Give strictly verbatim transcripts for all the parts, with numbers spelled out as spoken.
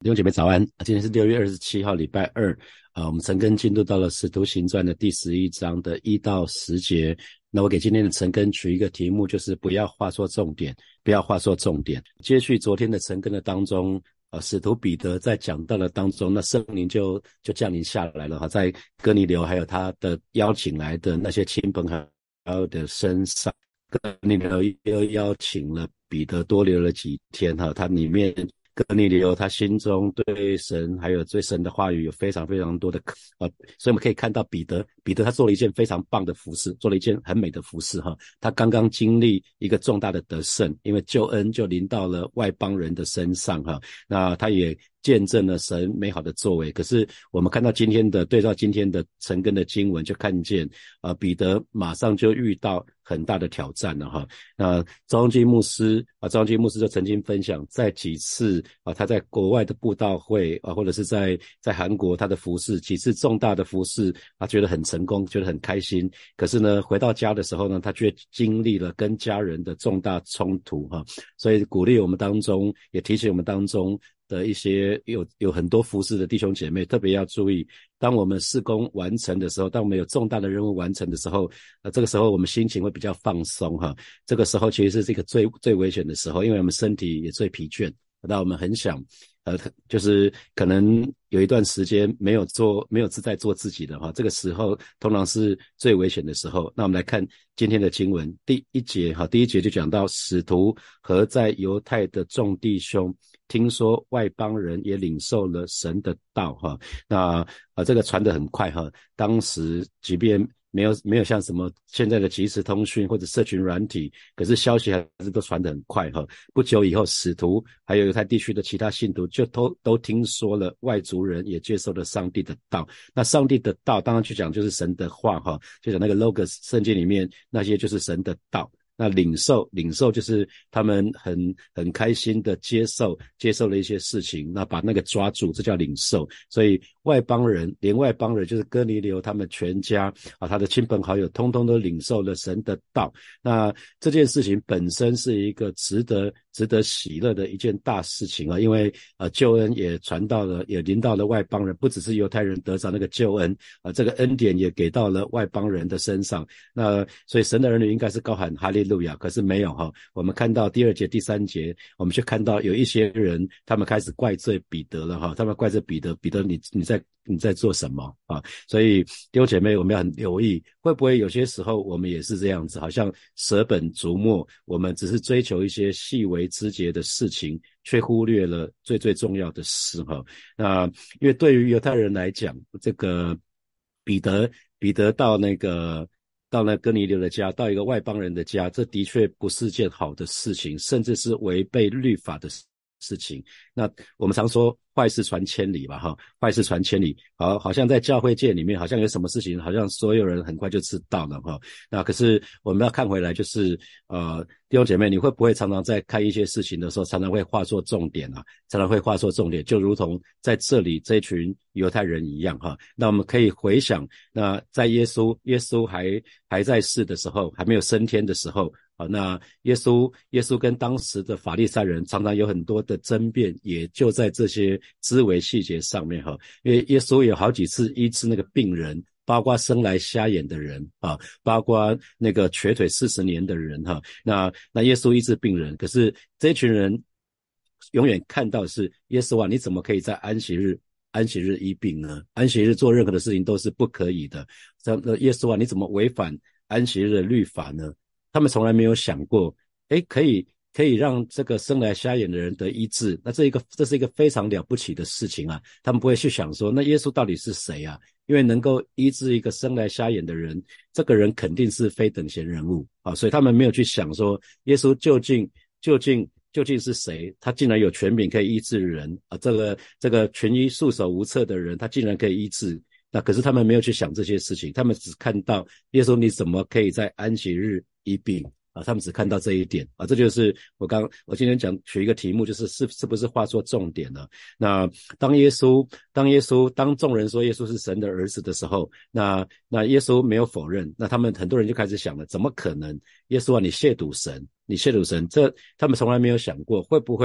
弟兄姐妹早安，今天是六月二十七号礼拜二啊，我们晨更进入到了使徒行传的第十一章的一到十节。那我给今天的晨更取一个题目，就是不要画错重点，不要画错重点。接续昨天的晨更的当中，呃，使徒彼得在讲道的当中，那圣灵就就降临下来了哈，在哥尼流还有他的邀请来的那些亲朋好友的身上。哥尼流又邀请了彼得多留了几天哈，他里面哥尼流他心中对神还有对神的话语有非常非常多的呃，所以我们可以看到彼得彼得他做了一件非常棒的服事，做了一件很美的服事哈。他刚刚经历一个重大的得胜，因为救恩就临到了外邦人的身上哈。那他也见证了神美好的作为。可是我们看到今天的对照今天的晨更的经文，就看见呃彼得马上就遇到很大的挑战了哈。那赵荣基牧师啊，赵荣基牧师就曾经分享，在几次啊他在国外的布道会啊，或者是在在韩国他的服事，几次重大的服事，他觉得很成功，觉得很开心。可是呢，回到家的时候呢，他却经历了跟家人的重大冲突哈。所以鼓励我们当中，也提醒我们当中的一些有有很多服事的弟兄姐妹，特别要注意，当我们事工完成的时候，当我们有重大的任务完成的时候，呃，这个时候我们心情会比较放松哈。这个时候其实是这个最最危险的时候，因为我们身体也最疲倦，那我们很想呃，就是可能有一段时间没有做，没有自在做自己的哈，这个时候通常是最危险的时候。那我们来看今天的经文第一节哈，第一节就讲到使徒和在犹太的众弟兄听说外邦人也领受了神的道哈。那呃这个传得很快哈，当时即便没有没有像什么现在的即时通讯或者社群软体，可是消息还是都传得很快哈。不久以后，使徒还有犹太地区的其他信徒就都都听说了外族人也接受了上帝的道。那上帝的道当然去讲就是神的话哈，就讲那个 logos 圣经里面那些就是神的道。那领受领受就是他们很很开心的接受接受了一些事情，那把那个抓住，这叫领受。所以外邦人，连外邦人就是哥尼流他们全家啊，他的亲朋好友通通都领受了神的道。那这件事情本身是一个值得值得喜乐的一件大事情啊，因为呃救恩也传到了，也临到了外邦人，不只是犹太人得着那个救恩啊，这个恩典也给到了外邦人的身上。那所以神的儿女应该是高喊哈利路亚，可是没有哈。我们看到第二节第三节，我们就看到有一些人他们开始怪罪彼得了哈，他们怪罪彼得，彼得你你在你在做什么啊？所以弟兄姐妹，我们要很留意，会不会有些时候我们也是这样子，好像舍本逐末，我们只是追求一些细微之节的事情，却忽略了最最重要的事哈。那因为对于犹太人来讲，这个彼得彼得到那个到那哥尼流的家，到一个外邦人的家，这的确不是件好的事情，甚至是违背律法的事情。那我们常说坏事传千里吧哈，坏事传千里，好，好像在教会界里面，好像有什么事情，好像所有人很快就知道了哈。那可是我们要看回来，就是呃，弟兄姐妹，你会不会常常在看一些事情的时候，常常会画错重点啊？常常会画错重点，就如同在这里这群犹太人一样哈。那我们可以回想，那在耶稣耶稣还还在世的时候，还没有升天的时候。好，那耶稣耶稣跟当时的法利赛人常常有很多的争辩，也就在这些枝微细节上面哈。因为耶稣有好几次医治那个病人，包括生来瞎眼的人啊，包括那个瘸腿四十年的人哈。那那耶稣医治病人，可是这群人永远看到的是耶稣啊，你怎么可以在安息日安息日医病呢？安息日做任何的事情都是不可以的。那耶稣啊，你怎么违反安息日的律法呢？他们从来没有想过，诶，可以可以让这个生来瞎眼的人得医治，那这一个这是一个非常了不起的事情啊！他们不会去想说，那耶稣到底是谁啊？因为能够医治一个生来瞎眼的人，这个人肯定是非等闲人物啊，所以他们没有去想说，耶稣究竟究竟究竟是谁？他竟然有权柄可以医治人啊！这个这个群医束手无策的人，他竟然可以医治。那可是他们没有去想这些事情，他们只看到耶稣你怎么可以在安息日医病啊？他们只看到这一点啊，这就是我刚我今天讲取一个题目，就是是是不是画错重点了？那当耶稣当耶稣当众人说耶稣是神的儿子的时候，那那耶稣没有否认，那他们很多人就开始想了，怎么可能？耶稣啊，你亵渎神，你亵渎神，这他们从来没有想过会不会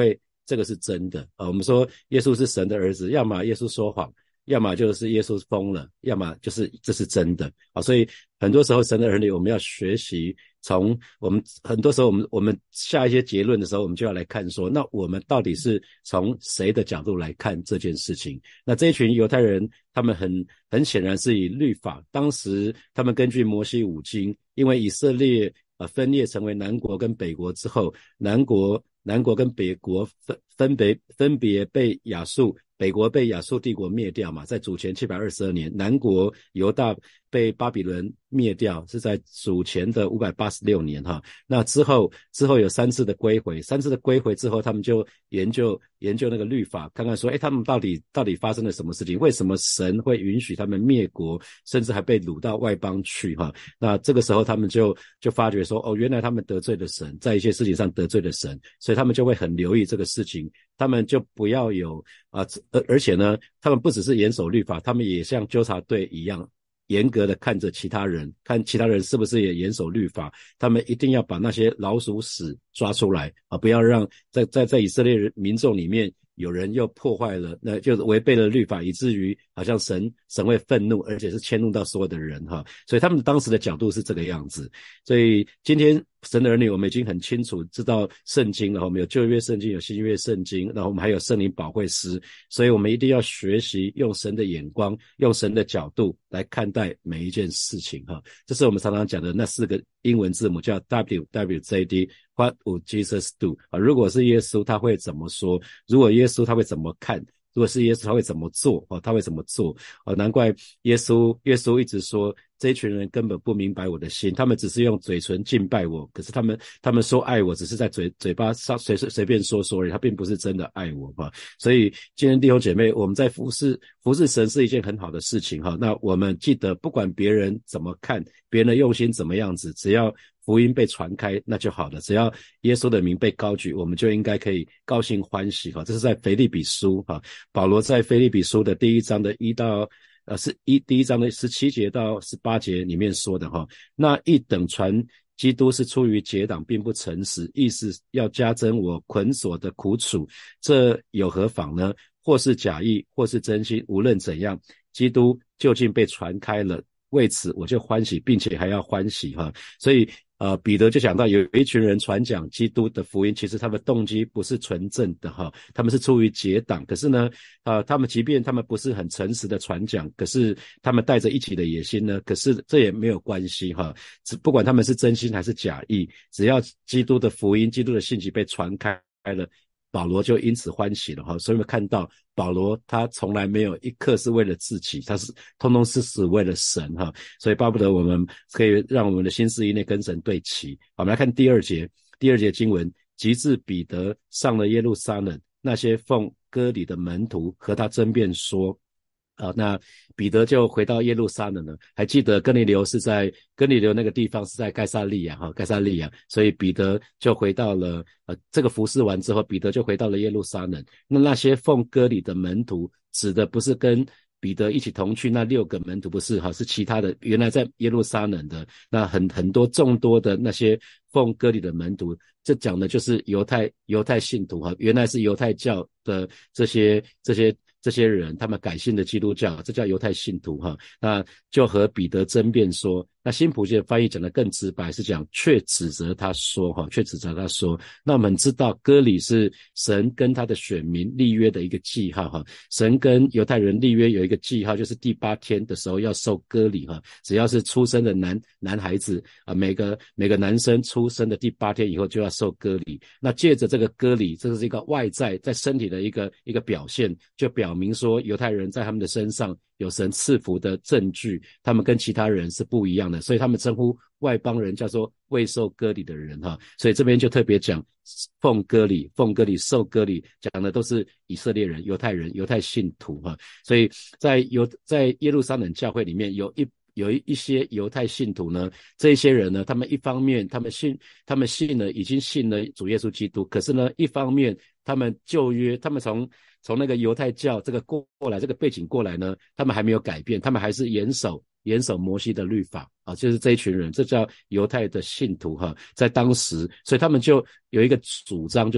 这个是真的啊。我们说耶稣是神的儿子，要么耶稣说谎，要么就是耶稣疯了，要么就是这是真的啊。所以很多时候神的儿女我们要学习，从我们很多时候我们我们下一些结论的时候，我们就要来看说，那我们到底是从谁的角度来看这件事情。那这一群犹太人他们很很显然是以律法，当时他们根据摩西五经，因为以色列呃分裂成为南国跟北国之后，南国南国跟北国分分别分别被亚述北国被亚述帝国灭掉嘛，在主前七百二十二年，南国犹大被巴比伦灭掉，是在主前的五百八十六年哈。那之后之后有三次的归回，三次的归回之后，他们就研究研究那个律法，看看说，诶，他们到底到底发生了什么事情？为什么神会允许他们灭国，甚至还被掳到外邦去哈？那这个时候他们就就发觉说，哦，原来他们得罪了神，在一些事情上得罪了神，所以他们就会很留意这个事情，他们就不要有啊，而而且呢，他们不只是严守律法，他们也像纠察队一样，严格的看着其他人，看其他人是不是也严守律法。他们一定要把那些老鼠屎抓出来啊，不要让在在在以色列人民众里面有人又破坏了，那就是违背了律法，以至于好像神神会愤怒，而且是迁怒到所有的人哈。所以他们当时的角度是这个样子。所以今天神的儿女，我们已经很清楚知道圣经了，我们有旧约圣经，有新约圣经，然后我们还有圣灵保惠师，所以我们一定要学习用神的眼光，用神的角度来看待每一件事情哈。这是我们常常讲的那四个英文字母，叫 W W J D。What would Jesus do？ 啊，如果是耶稣他会怎么说？如果耶稣他会怎么看？如果是耶稣他会怎么做？哦，他会怎么做？哦，难怪耶稣耶稣一直说这一群人根本不明白我的心，他们只是用嘴唇敬拜我，可是他们他们说爱我，只是在嘴嘴巴上随随便说说而已，他并不是真的爱我哈。所以今天弟兄姐妹，我们在服侍服侍神是一件很好的事情哈。那我们记得，不管别人怎么看，别人的用心怎么样子，只要福音被传开那就好了，只要耶稣的名被高举，我们就应该可以高兴欢喜哈。这是在腓立比书哈，保罗在腓立比书的第一章的一到呃是一第一章的十七节到十八节里面说的哈，那一等传基督是出于结党，并不诚实，意思要加增我捆锁的苦楚，这有何妨呢？或是假意，或是真心，无论怎样，基督究竟被传开了，为此我就欢喜，并且还要欢喜哈。所以呃，彼得就讲到有一群人传讲基督的福音，其实他们动机不是纯正的哈，他们是出于结党。可是呢，呃，他们即便他们不是很诚实的传讲，可是他们带着一起的野心呢，可是这也没有关系哈。不管他们是真心还是假意，只要基督的福音、基督的信息被传开了，保罗就因此欢喜了哈。所以我们看到保罗他从来没有一刻是为了自己，他是通通是死为了神哈。所以巴不得我们可以让我们的心思意念跟神对齐。我们来看第二节，第二节经文，及至彼得上了耶路撒冷，那些奉割礼的门徒和他争辩说，啊，那彼得就回到耶路撒冷了。还记得哥尼流是在哥尼流那个地方是在该撒利亚哈，该撒利亚，所以彼得就回到了呃这个服事完之后，彼得就回到了耶路撒冷。那那些奉割礼的门徒，指的不是跟彼得一起同去那六个门徒，不是哈，是其他的原来在耶路撒冷的那很很多众多的那些奉割礼的门徒，这讲的就是犹太犹太信徒哈，原来是犹太教的这些这些。这些人他们改信的基督教，这叫犹太信徒哈。那就和彼得争辩说，那新普世的翻译讲得更直白，是讲却指责他说哈，却指责他说，那我们知道割礼是神跟他的选民立约的一个记号哈，神跟犹太人立约有一个记号，就是第八天的时候要受割礼哈，只要是出生的男男孩子啊，每个每个男生出生的第八天以后就要受割礼。那借着这个割礼，这是一个外在在身体的一个一个表现，就表明说犹太人在他们的身上有神赐福的证据，他们跟其他人是不一样的，所以他们称呼外邦人叫做未受割礼的人哈。所以这边就特别讲奉割礼、奉割礼、受割礼，讲的都是以色列人、犹太人、犹太信徒哈。所以在犹在耶路撒冷教会里面有一有一些犹太信徒呢，这些人呢，他们一方面他们信他们信了已经信了主耶稣基督，可是呢一方面他们旧约他们从从那个犹太教这个过来这个背景过来呢，他们还没有改变，他们还是严守严守摩西的律法啊，就是这一群人，这叫犹太的信徒哈，在当时，所以他们就有一个主张，就是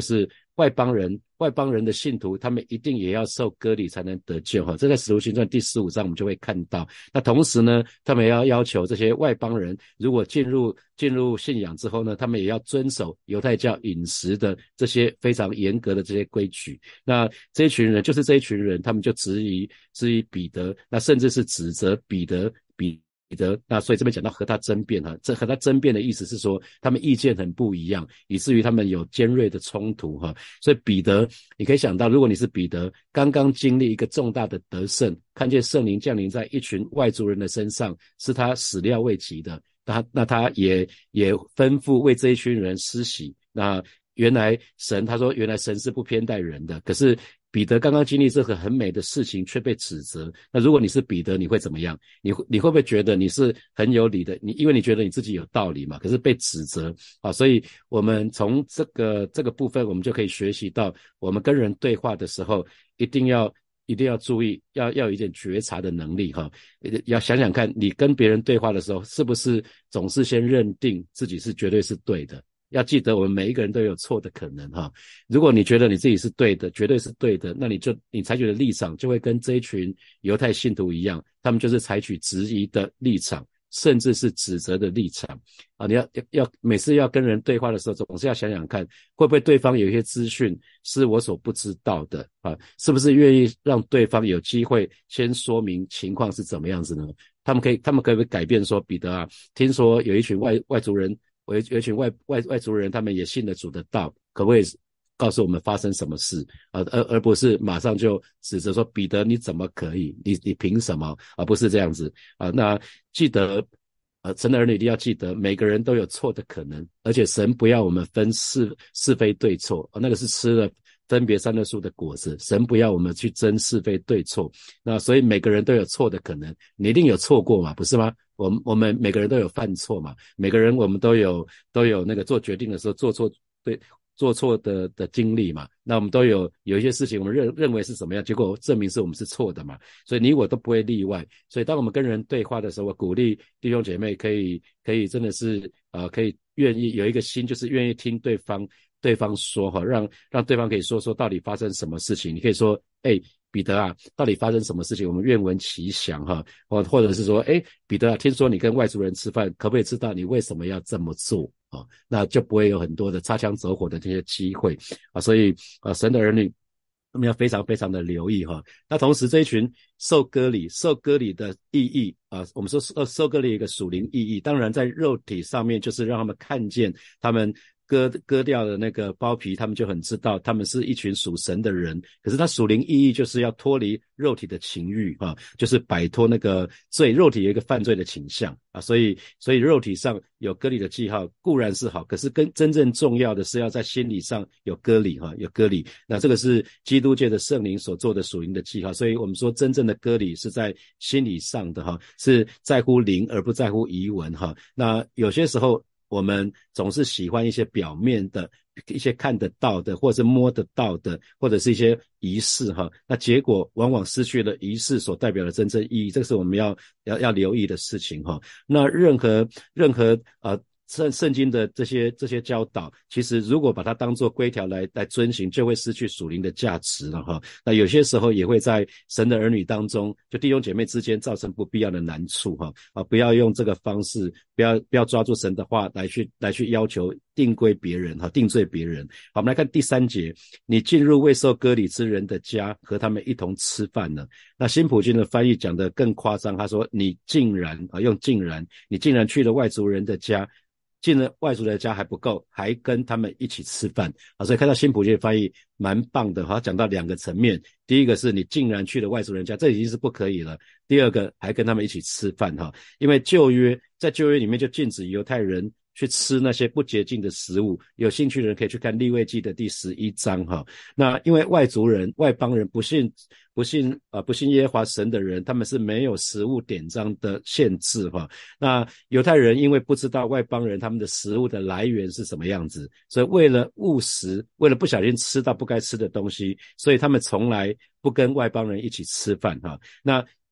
外邦人外邦人的信徒，他们一定也要受割礼才能得救哈。这在使徒行传第十五章我们就会看到。那同时呢，他们也要要求这些外邦人，如果进入进入信仰之后呢，他们也要遵守犹太教饮食的这些非常严格的这些规矩。那这一群人就是这一群人，他们就质疑质疑彼得，那甚至是指责彼得彼彼得，那所以这边讲到和他争辩哈，这和他争辩的意思是说，他们意见很不一样，以至于他们有尖锐的冲突哈。所以彼得，你可以想到，如果你是彼得，刚刚经历一个重大的得胜，看见圣灵降临在一群外族人的身上，是他始料未及的，那那他也也吩咐为这一群人施洗。那原来神他说原来神是不偏待人的，可是彼得刚刚经历这个很美的事情却被指责。那如果你是彼得，你会怎么样？你你会不会觉得你是很有理的？你因为你觉得你自己有道理嘛，可是被指责啊。所以我们从这个这个部分，我们就可以学习到，我们跟人对话的时候，一定要一定要注意，要要有一点觉察的能力哈。要想想看，你跟别人对话的时候，是不是总是先认定自己是绝对是对的？要记得我们每一个人都有错的可能哈。如果你觉得你自己是对的，绝对是对的，那你就你采取的立场就会跟这一群犹太信徒一样，他们就是采取质疑的立场，甚至是指责的立场啊。你要要每次要跟人对话的时候，总是要想想看，会不会对方有一些资讯是我所不知道的啊？是不是愿意让对方有机会先说明情况是怎么样子呢？他们可以他们可不可以改变说，彼得啊，听说有一群外外族人有一群外外外族人，他们也信了主的道，可不可以告诉我们发生什么事啊？而而不是马上就指责说彼得你怎么可以？你你凭什么？而不是这样子啊？那记得，呃，神的儿女一定要记得，每个人都有错的可能，而且神不要我们分是是非对错，啊，那个是吃了分别善恶树的果子，神不要我们去争是非对错。那所以每个人都有错的可能，你一定有错过嘛，不是吗？我们我们每个人都有犯错嘛，每个人我们都有都有那个做决定的时候做错对做错的的经历嘛。那我们都有有一些事情我们认认为是怎么样，结果证明是我们是错的嘛。所以你我都不会例外。所以当我们跟人对话的时候，我鼓励弟兄姐妹可以可以真的是呃可以愿意有一个心，就是愿意听对方对方说哈，让让对方可以说说到底发生什么事情。你可以说，哎，彼得啊，到底发生什么事情？我们愿闻其详哈，或或者是说，哎，彼得啊，听说你跟外族人吃饭，可不可以知道你为什么要这么做啊？那就不会有很多的擦枪走火的这些机会啊。所以啊，神的儿女，我们要非常非常的留意哈。那同时这一群受割礼受割礼的意义啊，我们说受受割礼一个属灵意义，当然在肉体上面就是让他们看见他们割割掉的那个包皮，他们就很知道他们是一群属神的人。可是他属灵意义就是要脱离肉体的情欲啊，就是摆脱那个罪，肉体有一个犯罪的倾向啊，所以所以肉体上有割礼的记号固然是好，可是跟真正重要的是要在心理上有割礼哈，有割礼。那这个是基督界的圣灵所做的属灵的记号，所以我们说真正的割礼是在心理上的哈，是在乎灵而不在乎仪文哈。那有些时候我们总是喜欢一些表面的一些看得到的或者是摸得到的或者是一些仪式哈，那结果往往失去了仪式所代表的真正意义，这个是我们要要要留意的事情哈。那任何任何呃圣圣经的这些这些教导，其实如果把它当作规条来来遵行，就会失去属灵的价值了哈。那有些时候也会在神的儿女当中，就弟兄姐妹之间造成不必要的难处哈。啊，不要用这个方式，不要不要抓住神的话来去来去要求定规别人哈，定罪别人。好，我们来看第三节，你进入未受割礼之人的家，和他们一同吃饭了。那新普京的翻译讲得更夸张，他说你竟然啊，用竟然，你竟然去了外族人的家。进了外族的家还不够，还跟他们一起吃饭啊！所以看到新普京的翻译蛮棒的，他讲到两个层面，第一个是你竟然去了外族人家，这已经是不可以了；第二个还跟他们一起吃饭哈，因为旧约在旧约里面就禁止犹太人去吃那些不洁净的食物，有兴趣的人可以去看利未记的第十一章哈。那因为外族人、外邦人不信不信啊、呃、不信耶和华神的人，他们是没有食物典章的限制哈。那犹太人因为不知道外邦人他们的食物的来源是什么样子，所以为了误食，为了不小心吃到不该吃的东西，所以他们从来不跟外邦人一起吃饭哈。那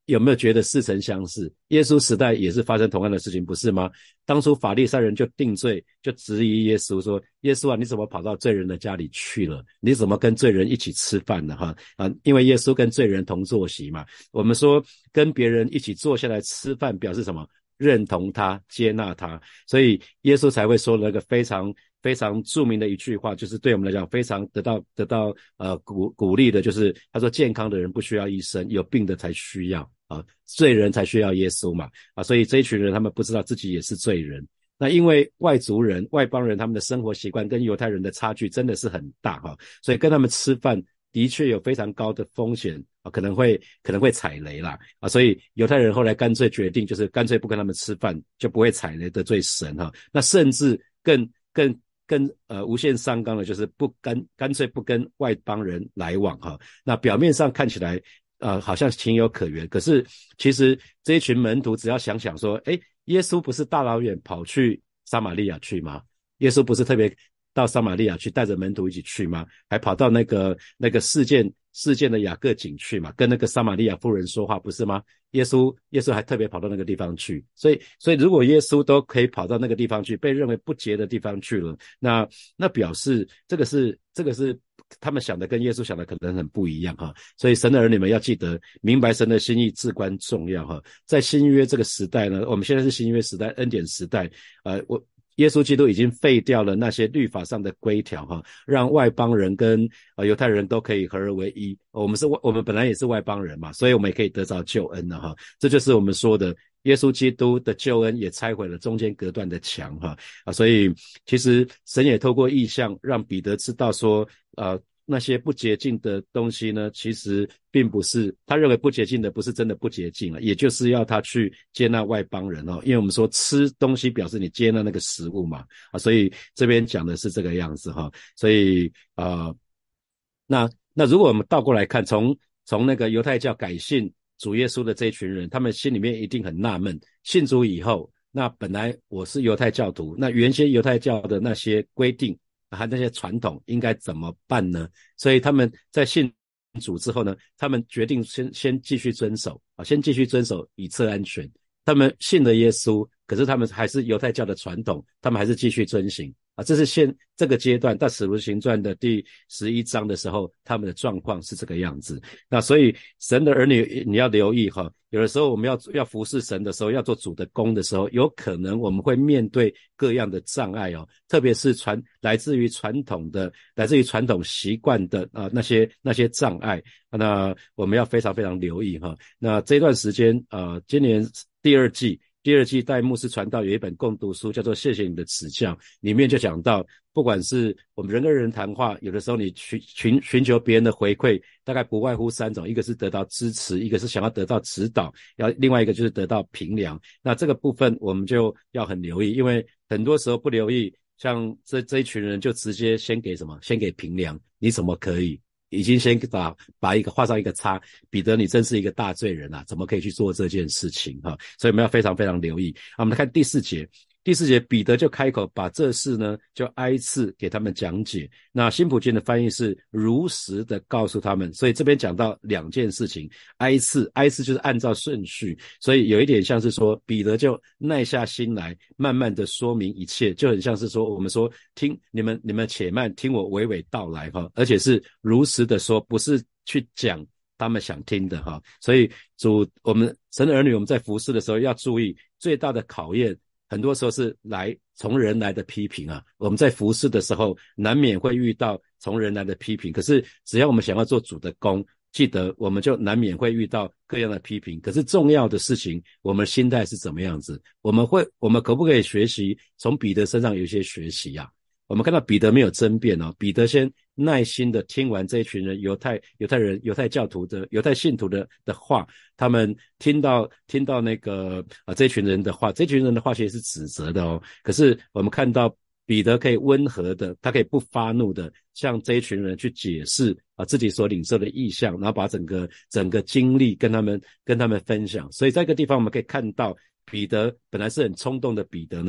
有没有觉得似曾相识？耶稣时代也是发生同样的事情，不是吗？当初法利赛人就定罪，就质疑耶稣说：耶稣啊，你怎么跑到罪人的家里去了？你怎么跟罪人一起吃饭呢？哈啊，因为耶稣跟罪人同坐席嘛。我们说跟别人一起坐下来吃饭，表示什么？认同他，接纳他，所以耶稣才会说那个非常非常著名的一句话，就是对我们来讲非常得到得到呃鼓鼓励的，就是他说健康的人不需要医生，有病的才需要啊，罪人才需要耶稣嘛啊，所以这一群人他们不知道自己也是罪人。那因为外族人外邦人他们的生活习惯跟犹太人的差距真的是很大哈，所以跟他们吃饭的确有非常高的风险啊，可能会可能会踩雷啦啊，所以犹太人后来干脆决定就是干脆不跟他们吃饭，就不会踩雷得罪神哈。那甚至更更更呃无限上纲的就是不干干脆不跟外邦人来往哈。那表面上看起来呃好像情有可原，可是其实这一群门徒只要想想说，诶，耶稣不是大老远跑去撒玛利亚去吗？耶稣不是特别到撒玛利亚去带着门徒一起去吗？还跑到那个那个事件事件的雅各井去嘛，跟那个撒玛利亚妇人说话，不是吗？耶稣耶稣还特别跑到那个地方去，所以所以如果耶稣都可以跑到那个地方去，被认为不洁的地方去了，那那表示这个是这个是他们想的跟耶稣想的可能很不一样哈。所以神的儿女们要记得，明白神的心意至关重要哈。在新约这个时代呢，我们现在是新约时代，恩典时代，呃，我。耶稣基督已经废掉了那些律法上的规条哈，让外邦人跟呃犹太人都可以合而为一。我们是我们本来也是外邦人嘛，所以我们也可以得着救恩了哈。这就是我们说的耶稣基督的救恩也拆毁了中间隔断的墙哈啊，所以其实神也透过异象让彼得知道说呃那些不洁净的东西呢，其实并不是他认为不洁净的不是真的不洁净了，也就是要他去接纳外邦人哦，因为我们说吃东西表示你接纳那个食物嘛啊，所以这边讲的是这个样子哈，所以呃，那那如果我们倒过来看，从从那个犹太教改信主耶稣的这一群人，他们心里面一定很纳闷，信主以后，那本来我是犹太教徒，那原先犹太教的那些规定还有那些传统应该怎么办呢？所以他们在信主之后呢，他们决定先先继续遵守啊，先继续遵守以策安全。他们信了耶稣，可是他们还是犹太教的传统，他们还是继续遵行啊。这是现这个阶段，在使徒行传的第十一章的时候，他们的状况是这个样子。那所以神的儿女你要留意哈，有的时候我们要要服侍神的时候，要做主的工的时候，有可能我们会面对各样的障碍哦，特别是传来自于传统的、来自于传统习惯的啊、呃、那些那些障碍，那我们要非常非常留意哈。那这段时间呃，今年第二季。第二季带牧师传道有一本共读书叫做谢谢你的指教，里面就讲到不管是我们人跟人谈话，有的时候你寻寻寻求别人的回馈，大概不外乎三种，一个是得到支持，一个是想要得到指导，要另外一个就是得到评量。那这个部分我们就要很留意，因为很多时候不留意，像这这一群人就直接先给什么，先给评量，你怎么可以已经先把把一个画上一个叉，彼得你真是一个大罪人啊，怎么可以去做这件事情哈？所以我们要非常非常留意。我们来看第四节，第四节彼得就开口把这事呢就挨次给他们讲解。那新普京的翻译是如实的告诉他们，所以这边讲到两件事情，挨次挨次就是按照顺序，所以有一点像是说彼得就耐下心来慢慢的说明一切，就很像是说我们说听你们你们且慢听我娓娓道来哈，而且是如实的说，不是去讲他们想听的哈。所以主我们神的儿女我们在服事的时候要注意，最大的考验很多时候是来从人来的批评啊，我们在服事的时候难免会遇到从人来的批评，可是只要我们想要做主的工，记得我们就难免会遇到各样的批评，可是重要的事情我们心态是怎么样子，我们会我们可不可以学习从彼得身上有一些学习啊。我们看到彼得没有争辩哦，彼得先耐心的听完这一群人犹太犹太人犹太教徒的犹太信徒的的话，他们听到听到那个啊这群人的话，这群人的话其实是指责的哦，可是我们看到彼得可以温和的，他可以不发怒的向这一群人去解释啊自己所领受的意象，然后把整个整个经历跟他们跟他们分享。所以在这个地方我们可以看到彼得本来是很冲动的彼得呢，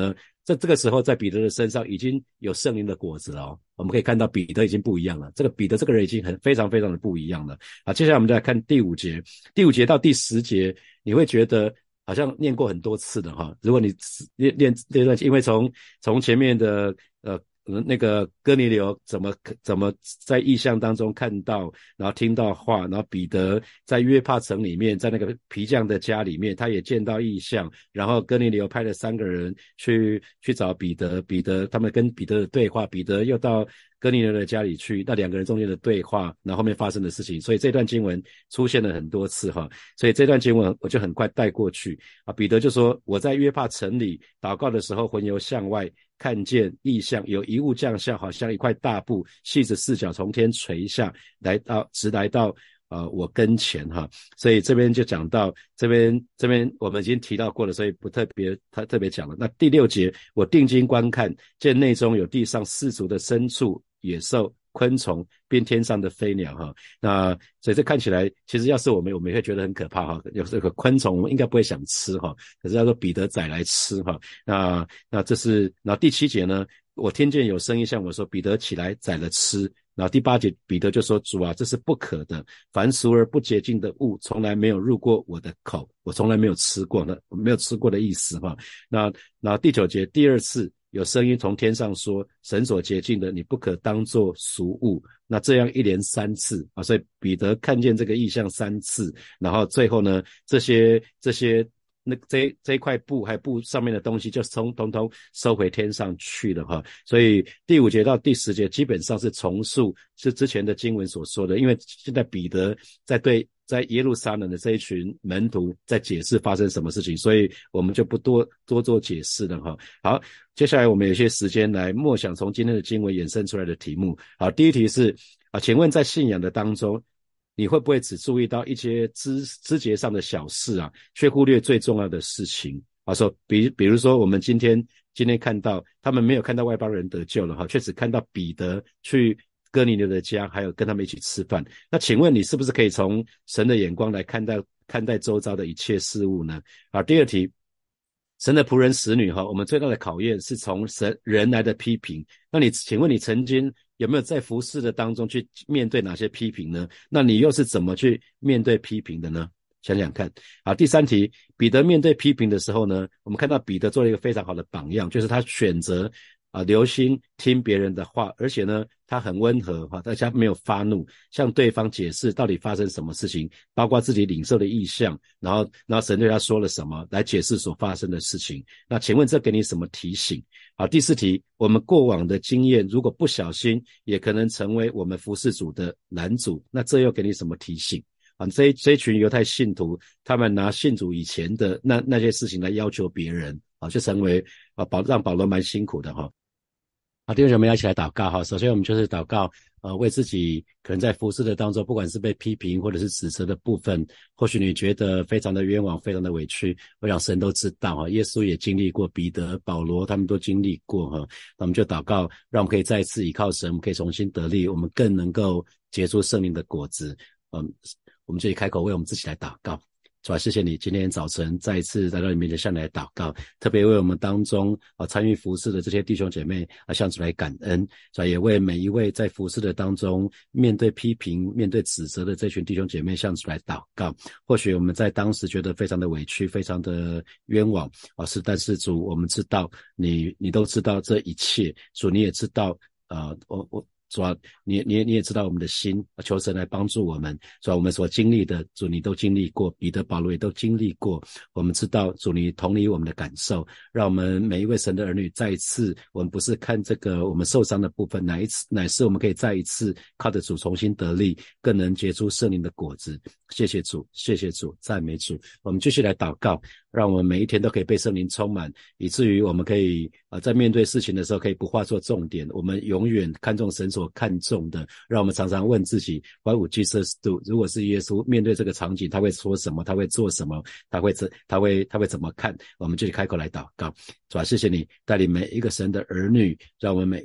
在这个时候在彼得的身上已经有圣灵的果子了哦，我们可以看到彼得已经不一样了，这个彼得这个人已经很非常非常的不一样了。好，接下来我们再来看第五节，第五节到第十节，你会觉得好像念过很多次的哈。如果你念念这段，因为从从前面的呃那个哥尼流怎么怎么在异象当中看到，然后听到话，然后彼得在约帕城里面，在那个皮匠的家里面，他也见到异象，然后哥尼流派了三个人去去找彼得，彼得他们跟彼得的对话，彼得又到哥尼流的家里去，那两个人中间的对话，然后后面发生的事情，所以这段经文出现了很多次哈，所以这段经文我就很快带过去啊。彼得就说，我在约帕城里祷告的时候，魂游向外，看见异象，有一物降下，好像一块大布，系着四角从天垂下，来到直来到呃我跟前哈。所以这边就讲到这边这边我们已经提到过了，所以不特别他特别讲了。那第六节，我定睛观看，见内中有地上四足的牲畜、野兽、昆虫，并天上的飞鸟哈。那所以这看起来其实要是我们我们也会觉得很可怕哈，有这个昆虫我们应该不会想吃哈，可是要说彼得宰来吃哈。那那这是，然后第七节呢，我听见有声音向我说，彼得起来宰了吃。然后第八节彼得就说，主啊，这是不可的，凡俗而不洁净的物从来没有入过我的口，我从来没有吃过的，没有吃过的意思哈。那那第九节，第二次有声音从天上说，神所洁净的你不可当作俗物。那这样一连三次啊，所以彼得看见这个异象三次，然后最后呢，这些这些那这这一块布还有布上面的东西就从统统收回天上去了哈。所以第五节到第十节基本上是重述是之前的经文所说的，因为现在彼得在对在耶路撒冷的这一群门徒在解释发生什么事情，所以我们就不多多做解释了哈。好，接下来我们有些时间来默想从今天的经文衍生出来的题目。好，第一题是啊，请问在信仰的当中，你会不会只注意到一些枝枝节上的小事啊，却忽略最重要的事情啊？说比比如说我们今天今天看到他们没有看到外邦人得救了哈，却只看到彼得去哥尼流的家，还有跟他们一起吃饭。那请问你是不是可以从神的眼光来看待看待周遭的一切事物呢？啊，第二题，神的仆人使女哈，我们最大的考验是从神人来的批评。那你请问你曾经有没有在服事的当中去面对哪些批评呢？那你又是怎么去面对批评的呢？想想看。好，第三题，彼得面对批评的时候呢，我们看到彼得做了一个非常好的榜样，就是他选择啊，留心听别人的话，而且呢，他很温和哈，大家没有发怒，向对方解释到底发生什么事情，包括自己领受的意象，然后，然后神对他说了什么，来解释所发生的事情。那请问这给你什么提醒？好，第四题，我们过往的经验如果不小心，也可能成为我们服事主的拦阻，那这又给你什么提醒？啊，这一这一群犹太信徒，他们拿信主以前的那那些事情来要求别人，啊，就成为啊保让保罗蛮辛苦的哈。好，弟兄姐妹，一起来祷告哈。首先我们就是祷告，呃，为自己可能在服事的当中，不管是被批评或者是指责的部分，或许你觉得非常的冤枉，非常的委屈，我想神都知道哈。耶稣也经历过，彼得、保罗他们都经历过哈。那我们就祷告，让我们可以再一次依靠神，我们可以重新得力，我们更能够结出圣灵的果子。嗯，我们就以开口为我们自己来祷告。主啊，谢谢你今天早晨再一次来到你面前向你来祷告，特别为我们当中啊参与服事的这些弟兄姐妹啊向主来感恩。主啊，也为每一位在服事的当中面对批评、面对指责的这群弟兄姐妹向主来祷告。或许我们在当时觉得非常的委屈，非常的冤枉啊，是，但是主，我们知道你你都知道这一切，主你也知道啊，我我。主啊，你你你也知道我们的心，求神来帮助我们。主啊，我们所经历的，主你都经历过，彼得、保罗也都经历过。我们知道主你同理我们的感受，让我们每一位神的儿女再一次，我们不是看这个我们受伤的部分，哪一次乃是我们可以再一次靠着主重新得力，更能结出圣灵的果子。谢谢主，谢谢主，赞美主。我们继续来祷告，让我们每一天都可以被圣灵充满，以至于我们可以呃在面对事情的时候可以不化作重点，我们永远看重神所看重的。让我们常常问自己 What would Jesus do？ 如果是耶稣面对这个场景，他会说什么？他会做什么？他会他会他会怎么看？我们就开口来祷告。主啊，谢谢你带领每一个神的儿女，让我们每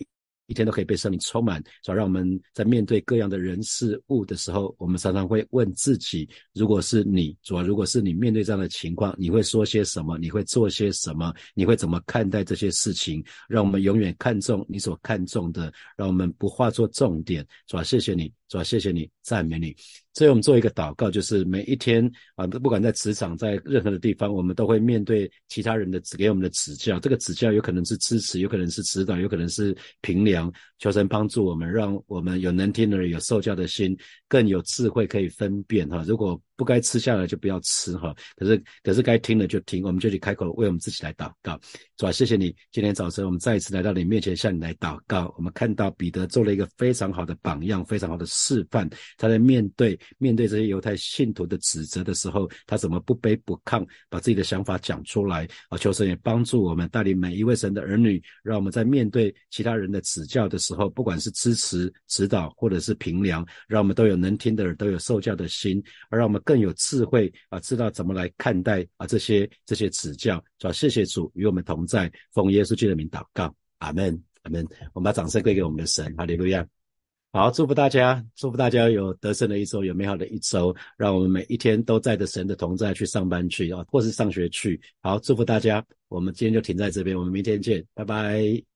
一天都可以被圣灵充满，主要让我们在面对各样的人事物的时候，我们常常会问自己，如果是你，主要如果是你面对这样的情况，你会说些什么？你会做些什么？你会怎么看待这些事情？让我们永远看重你所看重的，让我们不化作重点。主要谢谢你，主要谢谢你，赞美你。所以我们做一个祷告，就是每一天啊，不管在职场，在任何的地方，我们都会面对其他人的指给我们的指教。这个指教有可能是支持，有可能是指导，有可能是评量。求神帮助我们，让我们有能听的人，有受教的心，更有智慧可以分辨哈。如果不该吃下来就不要吃哈，可是可是该听的就听，我们就去开口为我们自己来祷告。主啊，谢谢你，今天早晨我们再一次来到你面前，向你来祷告。我们看到彼得做了一个非常好的榜样，非常好的示范。他在面对面对这些犹太信徒的指责的时候，他怎么不卑不亢，把自己的想法讲出来啊！求神也帮助我们，带领每一位神的儿女，让我们在面对其他人的指教的时候，不管是支持、指导或者是评量，让我们都有能听的耳，都有受教的心，而让我们更有智慧啊，知道怎么来看待啊这些这些指教。主要谢谢主与我们同在，奉耶稣基督的名祷告，阿们，阿们。我们把掌声归给我们的神，哈利路亚。好，祝福大家，祝福大家有得胜的一周，有美好的一周，让我们每一天都带着神的同在去上班去啊，或是上学去。好，祝福大家，我们今天就停在这边，我们明天见，拜拜。